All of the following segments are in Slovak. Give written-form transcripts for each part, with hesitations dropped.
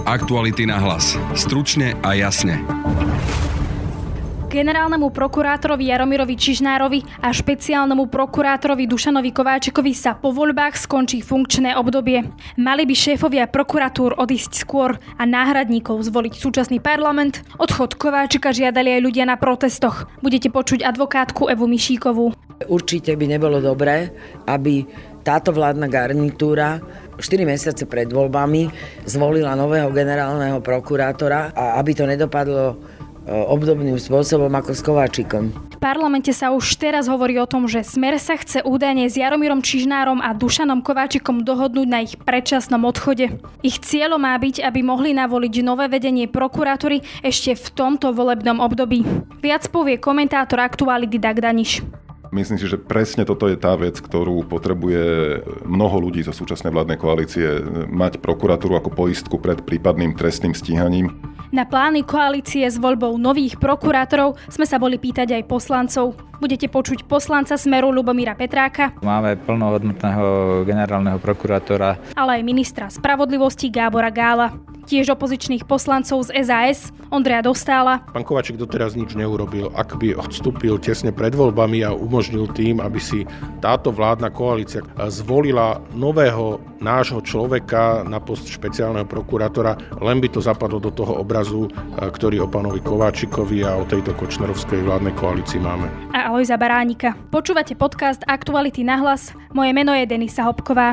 Aktuality na hlas. Stručne a jasne. Generálnemu prokurátorovi Jaromirovi Čižnárovi a špeciálnemu prokurátorovi Dušanovi Kováčikovi sa po voľbách skončí funkčné obdobie. Mali by šéfovia prokuratúr odísť skôr a náhradníkov zvoliť súčasný parlament. Odchod Kováčika žiadali aj ľudia na protestoch. Budete počuť advokátku Evu Mišíkovú. Určite by nebolo dobré, aby táto vládna garnitúra 4 mesiace pred voľbami zvolila nového generálneho prokurátora a aby to nedopadlo obdobným spôsobom ako s Kováčikom. V parlamente sa už teraz hovorí o tom, že Smer sa chce údajne s Jaromírom Čižnárom a Dušanom Kováčikom dohodnúť na ich predčasnom odchode. Ich cieľom má byť, aby mohli navoliť nové vedenie prokuratúry ešte v tomto volebnom období. Viac povie komentátor Aktuality Dag Daniš. Myslím si, že presne toto je tá vec, ktorú potrebuje mnoho ľudí zo súčasnej vládnej koalície, mať prokuratúru ako poistku pred prípadným trestným stíhaním. Na plány koalície s voľbou nových prokurátorov sme sa boli pýtať aj poslancov. Budete počuť poslanca Smeru Ľubomíra Petráka. Máme plnohodnotného generálneho prokurátora. Ale aj ministra spravodlivosti Gábora Gála. Tiež opozičných poslancov z SAS, Ondreja Dostála. Pán Kováčik doteraz nič neurobil. Ak by odstúpil tesne pred voľbami a umožnil tým, aby si táto vládna koalícia zvolila nového nášho človeka na post špeciálneho prokurátora, len by to zapadlo do toho obrazu, ktorý o pánovi Kováčikovi a o tejto kočnerovskej vládnej koalícii máme. A Alojza Baránika. Počúvate podcast Aktuality na hlas. Moje meno je Denisa Hopková.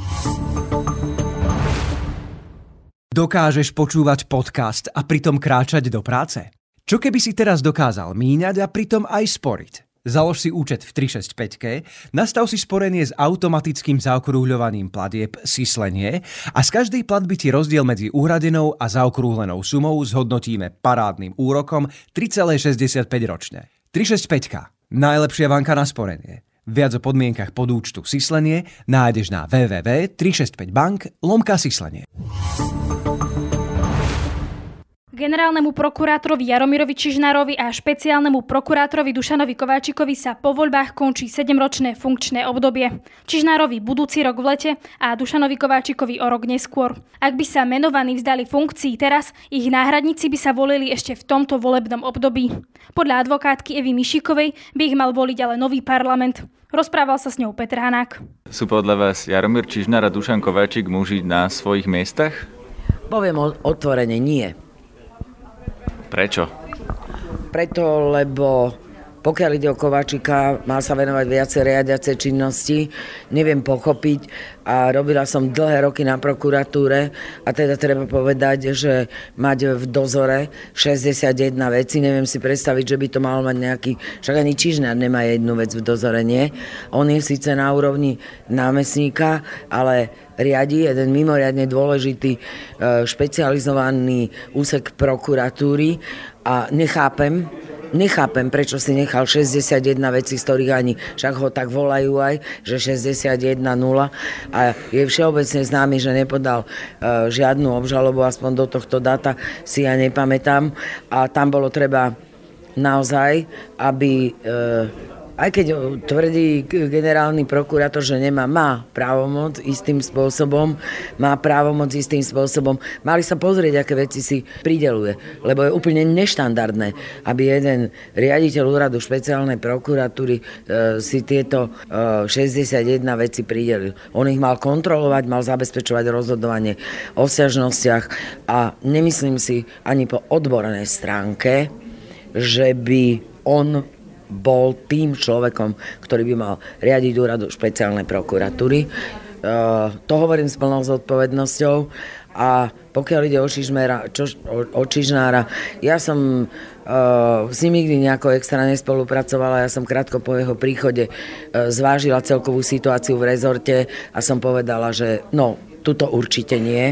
Dokážeš počúvať podcast a pritom kráčať do práce? Čo keby si teraz dokázal míňať a pritom aj sporiť? Založ si účet v 365, nastav si sporenie s automatickým zaokrúhľovaním platieb Syslenie a z každej platby ti rozdiel medzi uhradenou a zaokrúhlenou sumou zhodnotíme parádnym úrokom 3,65 ročne. 365. Najlepšia banka na sporenie. Viac o podmienkach podúčtu Syslenie nájdeš na www.365bank/Syslenie. Generálnemu prokurátorovi Jaromirovi Čižnárovi a špeciálnemu prokurátorovi Dušanovi Kováčikovi sa po voľbách končí 7-ročné funkčné obdobie. Čižnárovi budúci rok v lete a Dušanovi Kováčikovi o rok neskôr. Ak by sa menovaní vzdali funkcií teraz, ich náhradníci by sa volili ešte v tomto volebnom období. Podľa advokátky Evy Mišíkovej by ich mal voliť ale nový parlament. Rozprával sa s ňou Peter Hanák. Sú podľa vás Jaromír Čižnár a Dušan Kováčik muži na svojich miestach? Poviem otvorene nie. Prečo? Preto, lebo pokiaľ ide o Kováčika, mal sa venovať viacej riadiacej činnosti, neviem pochopiť a robila som dlhé roky na prokuratúre a teda treba povedať, že mať v dozore 61 vecí, neviem si predstaviť, že by to mal mať nejaký, však ani Čižnár nemá jednu vec v dozore, nie? On je síce na úrovni námestníka, ale riadi jeden mimoriadne dôležitý špecializovaný úsek prokuratúry a nechápem, prečo si nechal 61 vecí, z ktorých ani však ho tak volajú aj, že 61-0 a je všeobecne známy, že nepodal žiadnu obžalobu, aspoň do tohto dáta si ja nepamätám a tam bolo treba naozaj, aby aj keď tvrdí generálny prokurátor, že má právomoc istým spôsobom, mali sa pozrieť, aké veci si prideľuje. Lebo je úplne neštandardné, aby jeden riaditeľ úradu špeciálnej prokuratúry si tieto 61 veci pridelil. On ich mal kontrolovať, mal zabezpečovať rozhodovanie o sťažnostiach a nemyslím si ani po odbornej stránke, že by on bol tým človekom, ktorý by mal riadiť úradu špeciálnej prokuratúry. To hovorím s plnou zodpovednosťou a pokiaľ ide o Čižnára, ja som s ním nikdy nejako extra nespolupracovala, ja som krátko po jeho príchode zvážila celkovú situáciu v rezorte a som povedala, že tuto určite nie.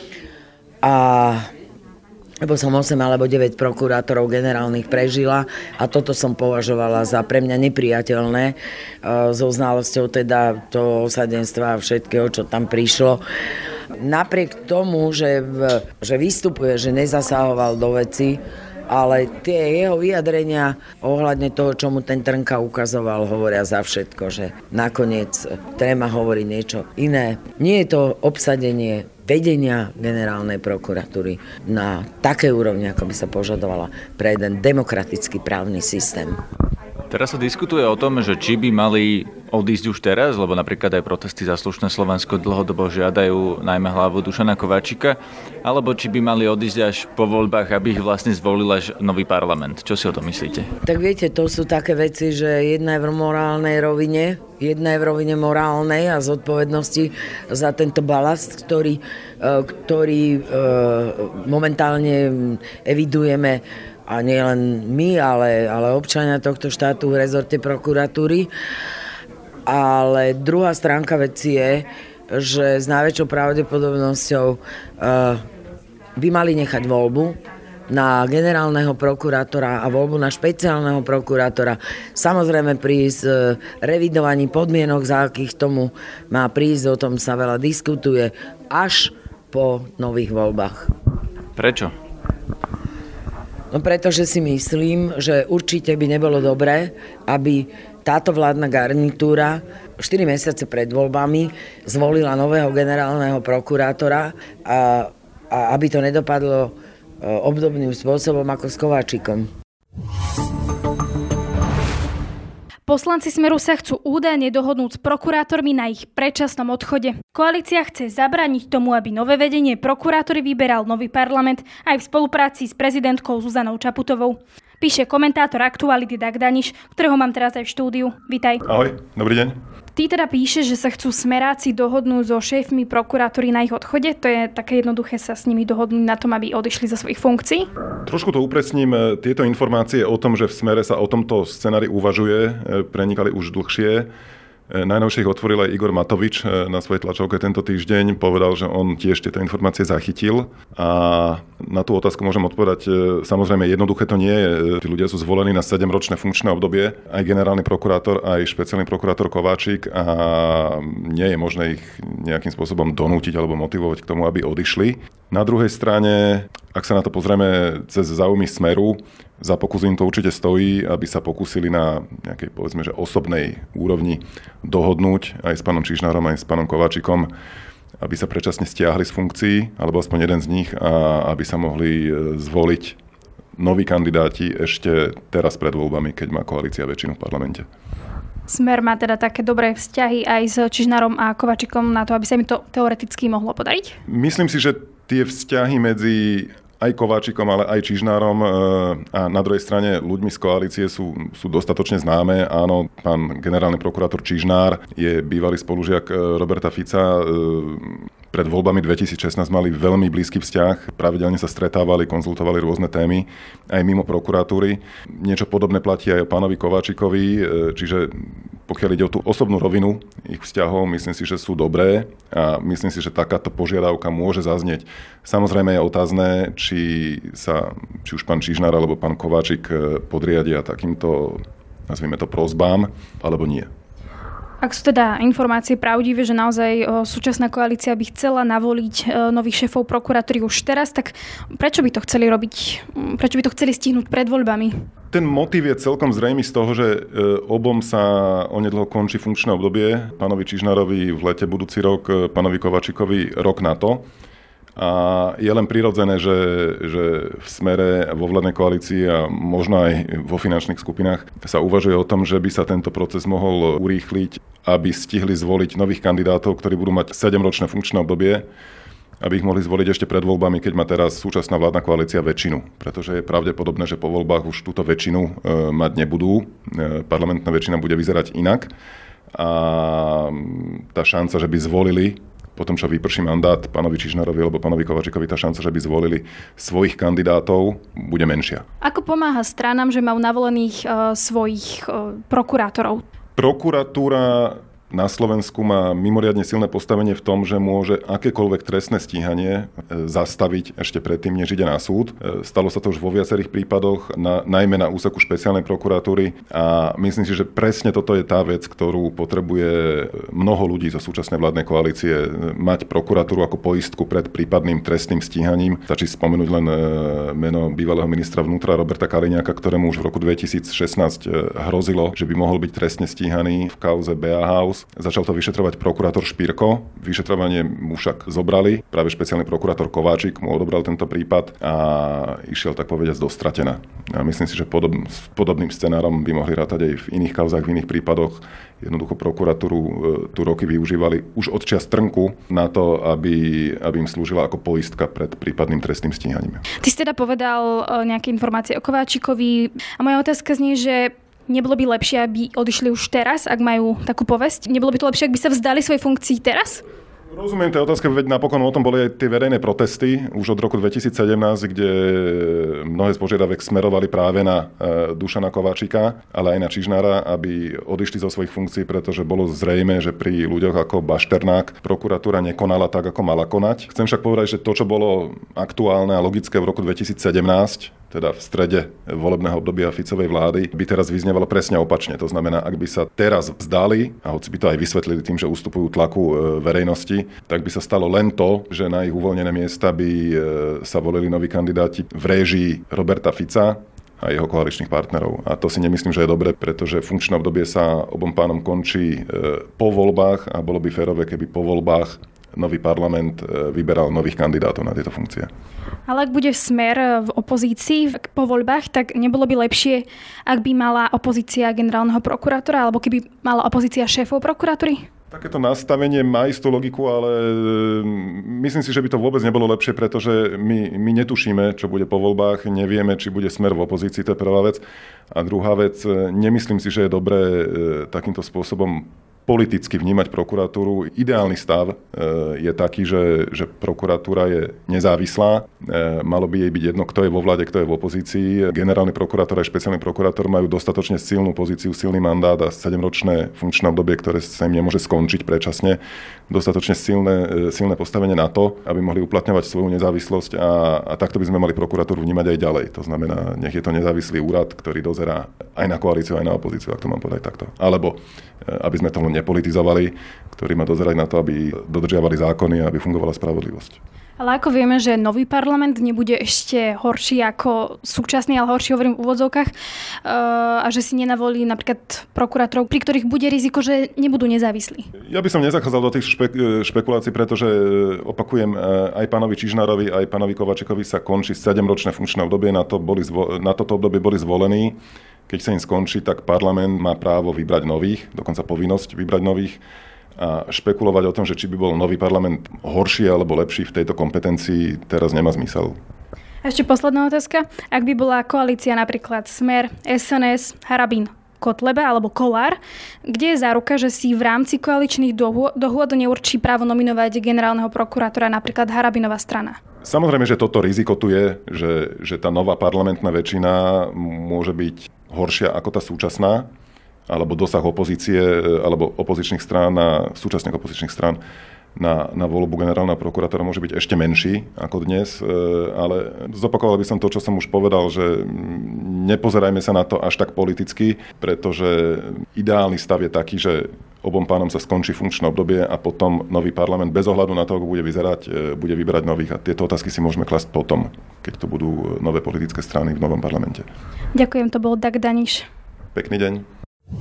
Lebo som 8 alebo 9 prokurátorov generálnych prežila a toto som považovala za pre mňa nepriateľné so znalosťou teda toho osadenstva a všetkého, čo tam prišlo. Napriek tomu, že vystupuje, že nezasahoval do veci, ale tie jeho vyjadrenia ohľadne toho, čo mu ten Trnka ukazoval, hovoria za všetko, že nakoniec Tréma hovorí niečo iné. Nie je to obsadenie vedenia generálnej prokuratúry na takej úrovni, ako by sa požadovala pre jeden demokratický právny systém. Teraz sa diskutuje o tom, že či by mali odísť už teraz, lebo napríklad aj protesty za slušné Slovensko dlhodobo žiadajú najmä hlavu Dušana Kováčika, alebo či by mali odísť až po voľbách, aby ich vlastne zvolil až nový parlament. Čo si o tom myslíte? Tak viete, to sú také veci, že jedna je v morálnej rovine, jedna je v rovine morálnej a zodpovednosti za tento balast, ktorý momentálne evidujeme a nie len my, ale občania tohto štátu v rezorte prokuratúry. Ale druhá stránka veci je, že s najväčšou pravdepodobnosťou by mali nechať voľbu na generálneho prokurátora a voľbu na špeciálneho prokurátora. Samozrejme pri revidovaní podmienok, za akých tomu má prísť, o tom sa veľa diskutuje, až po nových voľbách. Prečo? No pretože si myslím, že určite by nebolo dobré, aby táto vládna garnitúra 4 mesiace pred voľbami zvolila nového generálneho prokurátora a aby to nedopadlo obdobným spôsobom ako s Kováčikom. Poslanci Smeru sa chcú údajne dohodnúť s prokurátormi na ich predčasnom odchode. Koalícia chce zabrániť tomu, aby nové vedenie prokurátory vyberal nový parlament aj v spolupráci s prezidentkou Zuzanou Čaputovou. Píše komentátor Aktuality Dag Daniš, ktorého mám teraz aj v štúdiu. Vitaj. Ahoj, dobrý deň. Ty teda píšeš, že sa chcú smeráci dohodnúť so šéfmi prokuratúry na ich odchode? To je také jednoduché sa s nimi dohodnúť na tom, aby odišli zo svojich funkcií? Trošku to upresním. Tieto informácie o tom, že v Smere sa o tomto scenári uvažuje, prenikali už dlhšie. Najnovšie ich otvoril aj Igor Matovič na svojej tlačovke tento týždeň. Povedal, že on tiež tieto informácie zachytil. A na tú otázku môžem odpovedať, samozrejme jednoduché to nie je. Tí ľudia sú zvolení na 7-ročné funkčné obdobie. Aj generálny prokurátor, aj špeciálny prokurátor Kováčik. A nie je možné ich nejakým spôsobom donútiť alebo motivovať k tomu, aby odišli. Na druhej strane, ak sa na to pozrieme cez záujmy Smeru, za pokus im to určite stojí, aby sa pokúsili na nejakej, povedzme, že osobnej úrovni dohodnúť aj s pánom Čižnárom, aj s pánom Kováčikom, aby sa predčasne stiahli z funkcií, alebo aspoň jeden z nich, a aby sa mohli zvoliť noví kandidáti ešte teraz pred voľbami, keď má koalícia väčšinu v parlamente. Smer má teda také dobré vzťahy aj s Čižnárom a Kováčikom na to, aby sa im to teoreticky mohlo podariť? Myslím si, že tie vzťahy medzi aj Kováčikom, ale aj Čižnárom a na druhej strane ľuďmi z koalície sú dostatočne známe. Áno, pán generálny prokurátor Čižnár je bývalý spolužiak Roberta Fica. Pred voľbami 2016 mali veľmi blízky vzťah, pravidelne sa stretávali, konzultovali rôzne témy aj mimo prokuratúry. Niečo podobné platí aj o pánovi Kováčikovi, čiže pokiaľ ide o tú osobnú rovinu ich vzťahov, myslím si, že sú dobré a myslím si, že takáto požiadavka môže zaznieť. Samozrejme je otázne, či už pán Čižnár alebo pán Kováčik podriadia takýmto, nazvime to, prosbám, alebo nie. Ak sú teda informácie pravdivé, že naozaj súčasná koalícia by chcela navoliť nových šéfov prokuratúry už teraz, tak prečo by to chceli robiť? Prečo by to chceli stihnúť pred voľbami? Ten motív je celkom zrejmý z toho, že obom sa onedlho končí funkčné obdobie. Pánovi Čižnárovi v lete budúci rok, pánovi Kováčikovi rok na to. A je len prirodzené, že v Smere, vo vládnej koalícii a možno aj vo finančných skupinách sa uvažuje o tom, že by sa tento proces mohol urýchliť, aby stihli zvoliť nových kandidátov, ktorí budú mať 7-ročné funkčné obdobie, aby ich mohli zvoliť ešte pred voľbami, keď má teraz súčasná vládna koalícia väčšinu. Pretože je pravdepodobné, že po voľbách už túto väčšinu mať nebudú. Parlamentná väčšina bude vyzerať inak. A tá šanca, že by zvolili potom, čo vyprší mandát pánovi Čižnárovi alebo pánovi Kováčikovi, tá šanca, že by zvolili svojich kandidátov, bude menšia. Ako pomáha stranám, že majú navolených svojich prokurátorov? Prokuratúra na Slovensku má mimoriadne silné postavenie v tom, že môže akékoľvek trestné stíhanie zastaviť ešte predtým, než ide na súd. Stalo sa to už vo viacerých prípadoch, najmä na úseku špeciálnej prokuratúry a myslím si, že presne toto je tá vec, ktorú potrebuje mnoho ľudí zo súčasnej vládnej koalície, mať prokuratúru ako poistku pred prípadným trestným stíhaním. Stačí spomenúť len meno bývalého ministra vnútra Roberta Kaliňáka, ktorému už v roku 2016 hrozilo, že by mohol byť trestne stíhaný v kauze BA House. Začal to vyšetrovať prokurátor Špirko. Vyšetrovanie mu však zobrali. Práve špeciálny prokurátor Kováčik mu odobral tento prípad a išiel tak povedať dostratená. A myslím si, že podobným scenárom by mohli rátať aj v iných kauzách, v iných prípadoch. Jednoducho prokuratúru tu roky využívali už od čias Trnku na to, aby im slúžila ako poistka pred prípadným trestným stíhaním. Ty si teda povedal nejaké informácie o Kováčikovi a moja otázka znie, že nebolo by lepšie, aby odišli už teraz, ak majú takú povesť? Nebolo by to lepšie, ak by sa vzdali svojej funkcii teraz? Rozumiem tej otázke, veď napokon o tom boli aj tie verejné protesty už od roku 2017, kde mnohé z požiadavek smerovali práve na Dušana Kováčika, ale aj na Čižnára, aby odišli zo svojich funkcií, pretože bolo zrejmé, že pri ľuďoch ako Bašternák prokuratúra nekonala tak, ako mala konať. Chcem však povedať, že to, čo bolo aktuálne a logické v roku 2017, teda v strede volebného obdobia Ficovej vlády, by teraz vyznievalo presne opačne. To znamená, ak by sa teraz vzdali, a hoci by to aj vysvetlili tým, že ustupujú tlaku verejnosti, tak by sa stalo len to, že na ich uvoľnené miesta by sa volili noví kandidáti v réžii Roberta Fica a jeho koaličných partnerov. A to si nemyslím, že je dobre, pretože funkčné obdobie sa obom pánom končí po voľbách a bolo by férové, keby po voľbách nový parlament vyberal nových kandidátov na tieto funkcie. Ale ak bude Smer v opozícii po voľbách, tak nebolo by lepšie, ak by mala opozícia generálneho prokurátora, alebo keby mala opozícia šéfov prokuratúry? Takéto nastavenie má istú logiku, ale myslím si, že by to vôbec nebolo lepšie, pretože my netušíme, čo bude po voľbách, nevieme, či bude Smer v opozícii, to je prvá vec. A druhá vec, nemyslím si, že je dobré takýmto spôsobom politicky vnímať prokuratúru. Ideálny stav je taký, že prokuratúra je nezávislá. Malo by jej byť jedno, kto je vo vláde, kto je v opozícii. Generálny prokurátor a špeciálny prokurátor majú dostatočne silnú pozíciu, silný mandát a 7-ročné funkčné obdobie, ktoré sa im nemôže skončiť predčasne. Dostatočne silné postavenie na to, aby mohli uplatňovať svoju nezávislosť a takto by sme mali prokuratúru vnímať aj ďalej. To znamená, nech je to nezávislý úrad, ktorý dozerá aj na koalíciu, aj na opozíciu, ak to mám povedať takto. Alebo aby sme to nepolitizovali, ktorí má dozerať na to, aby dodržiavali zákony a aby fungovala spravodlivosť. Ale ako vieme, že nový parlament nebude ešte horší ako súčasný, ale horší hovorím v úvodzovkách, a že si nenavolí napríklad prokurátorov, pri ktorých bude riziko, že nebudú nezávislí. Ja by som nezachádzal do tých špekulácií, pretože opakujem, aj pánovi Čižnárovi, aj pánovi Kováčikovi sa končí 7-ročné funkčné obdobie, na toto obdobie boli zvolení. Keď sa im skončí, tak parlament má právo vybrať nových, dokonca povinnosť vybrať nových. A špekulovať o tom, že či by bol nový parlament horší alebo lepší v tejto kompetencii, teraz nemá zmysel. A ešte posledná otázka. Ak by bola koalícia napríklad Smer, SNS, Harabin, Kotleba alebo Kollár, kde je záruka, že si v rámci koaličných dohôd neurčí právo nominovať generálneho prokurátora napríklad Harabinová strana? Samozrejme, že toto riziko tu je, že tá nová parlamentná väčšina môže byť horšia ako tá súčasná, alebo dosah opozície, alebo opozičných strán, súčasných opozičných strán na voľbu generálneho prokurátora môže byť ešte menší ako dnes, ale zopakoval by som to, čo som už povedal, že nepozerajme sa na to až tak politicky, pretože ideálny stav je taký, že obom pánom sa skončí funkčné obdobie a potom nový parlament bez ohľadu na to, ako bude vyzerať, bude vybrať nových. A tieto otázky si môžeme klasť potom, keď to budú nové politické strany v novom parlamente. Ďakujem, to bol Dag Daniš. Pekný deň.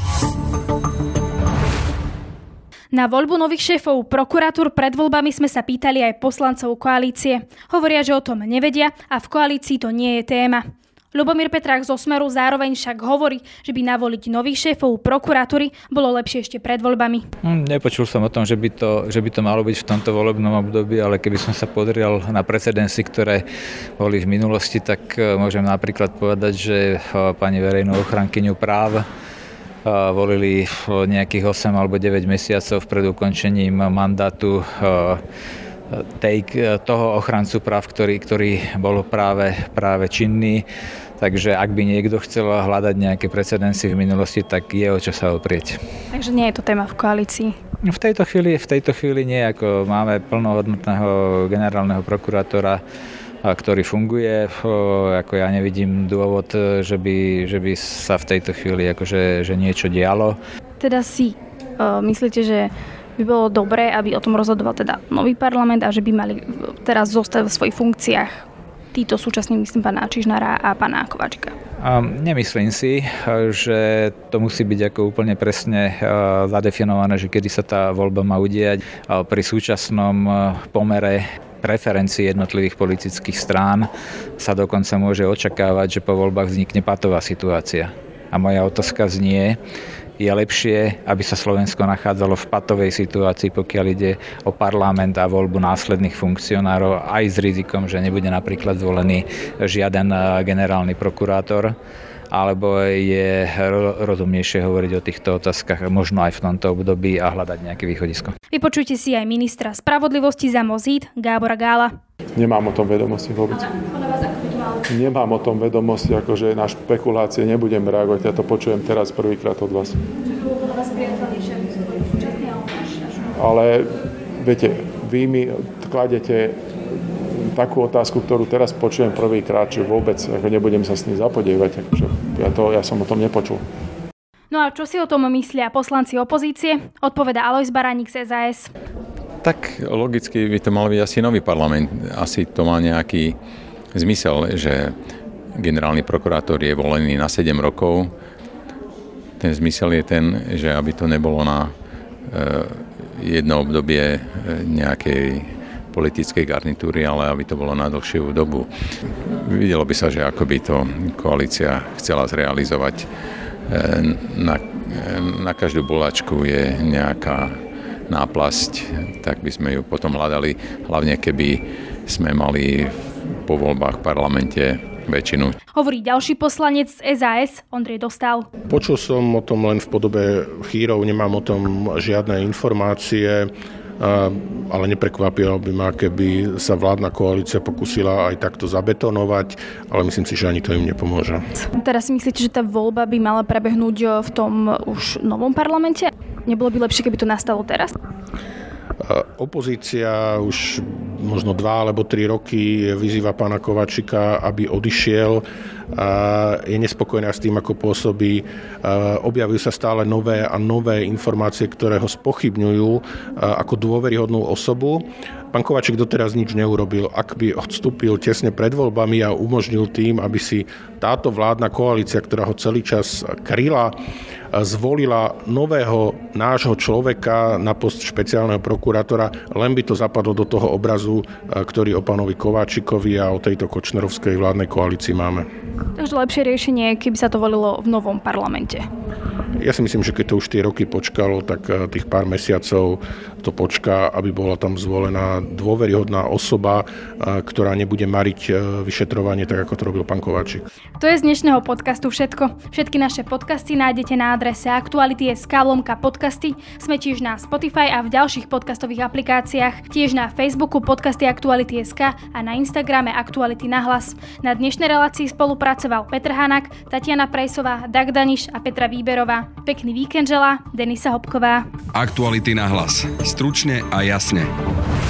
Na voľbu nových šéfov prokuratúr pred voľbami sme sa pýtali aj poslancov koalície. Hovoria, že o tom nevedia a v koalícii to nie je téma. Ľubomír Petrák zo Smeru zároveň však hovorí, že by navoliť nových šéfov prokuratúry bolo lepšie ešte pred voľbami. Nepočul som o tom, že by to malo byť v tomto volebnom období, ale keby som sa pozrel na precedensy, ktoré boli v minulosti, tak môžem napríklad povedať, že pani verejnú ochrankyňu práv volili nejakých 8 alebo 9 mesiacov pred ukončením mandátu toho ochrancu práv, ktorý bol práve činný. Takže ak by niekto chcel hľadať nejaké precedensy v minulosti, tak je o čo sa oprieť. Takže nie je to téma v koalícii? V tejto chvíli nie, ako máme plnohodnotného generálneho prokurátora, ktorý funguje. Ako ja nevidím dôvod, že by sa v tejto chvíli akože, že niečo dialo. Teda si myslíte, že by bolo dobré, aby o tom rozhodoval teda nový parlament a že by mali teraz zostať vo svojich funkciách títo súčasní, myslím, pána Čižnára a pána Kováčika? Nemyslím si, že to musí byť ako úplne presne zadefinované, že kedy sa tá voľba má udiať. Pri súčasnom pomere preferencií jednotlivých politických strán sa dokonca môže očakávať, že po voľbách vznikne patová situácia. A moja otázka znie, je lepšie, aby sa Slovensko nachádzalo v patovej situácii, pokiaľ ide o parlament a voľbu následných funkcionárov, aj s rizikom, že nebude napríklad zvolený žiaden generálny prokurátor, alebo je rozumnejšie hovoriť o týchto otázkach možno aj v tomto období a hľadať nejaké východisko. Vypočujte si aj ministra spravodlivosti za Mozít, Gábora Gála. Nemám o tom vedomosti vôbec. Nemám o tom vedomosti, akože na špekulácie nebudem reagovať. Ja to počujem teraz prvýkrát od vás. Ale viete, vy mi kladete takú otázku, ktorú teraz počujem prvýkrát, že vôbec ako nebudem sa s tým zapodievať. Akože ja som o tom nepočul. No a čo si o tom myslia poslanci opozície? Odpoveda Alojz Baránik z SAS. Tak logicky by to mal byť asi nový parlament. Asi to má nejaký zmysel, že generálny prokurátor je volený na 7 rokov. Ten zmysel je ten, že aby to nebolo na jedno obdobie nejakej politickej garnitúry, ale aby to bolo na dlhšiu dobu. Videlo by sa, že ako by to koalícia chcela zrealizovať. Na každú bolačku je nejaká náplasť, tak by sme ju potom hľadali, hlavne keby sme mali po voľbách v parlamente väčšinu. Hovorí ďalší poslanec z SAS, Ondrej Dostál. Počul som o tom len v podobe chýrov, nemám o tom žiadne informácie, ale neprekvapilo by ma, keby sa vládna koalícia pokusila aj takto zabetonovať, ale myslím si, že ani to im nepomôže. Teraz si myslíte, že tá voľba by mala prebehnúť v tom už novom parlamente? Nebolo by lepšie, keby to nastalo teraz? Opozícia už možno 2 alebo 3 roky vyzýva pána Kováčika, aby odišiel. Je nespokojná s tým, ako pôsobí. Objavujú sa stále nové a nové informácie, ktoré ho spochybňujú ako dôveryhodnú osobu. Pán Kováčik doteraz nič neurobil. Ak by odstúpil tesne pred voľbami a umožnil tým, aby si táto vládna koalícia, ktorá ho celý čas kryla, zvolila nového nášho človeka na post špeciálneho prokurátora, len by to zapadlo do toho obrazu, ktorý o pánovi Kováčikovi a o tejto kočnerovskej vládnej koalícii máme. Takže lepšie riešenie, keby sa to volilo v novom parlamente. Ja si myslím, že keď to už tie roky počkalo, tak tých pár mesiacov to počká, aby bola tam zvolená dôveryhodná osoba, ktorá nebude mariť vyšetrovanie, tak ako to robil pán Kováčik. To je z dnešného podcastu všetko. Všetky naše podcasty nájdete na adrese aktuality.sk/podcasty. Sme tiež na Spotify a v ďalších podcastových aplikáciách, tiež na Facebooku podcasty Aktuality.sk a na Instagrame Aktuality na hlas. Na dnešnej relácii spolupracoval Petr Hanak, Tatiana Prejsová, Dag Daniš a Petra Výberová. Pekný víkend želá Denisa Hopková. Aktuality na hlas. Stručne a jasne.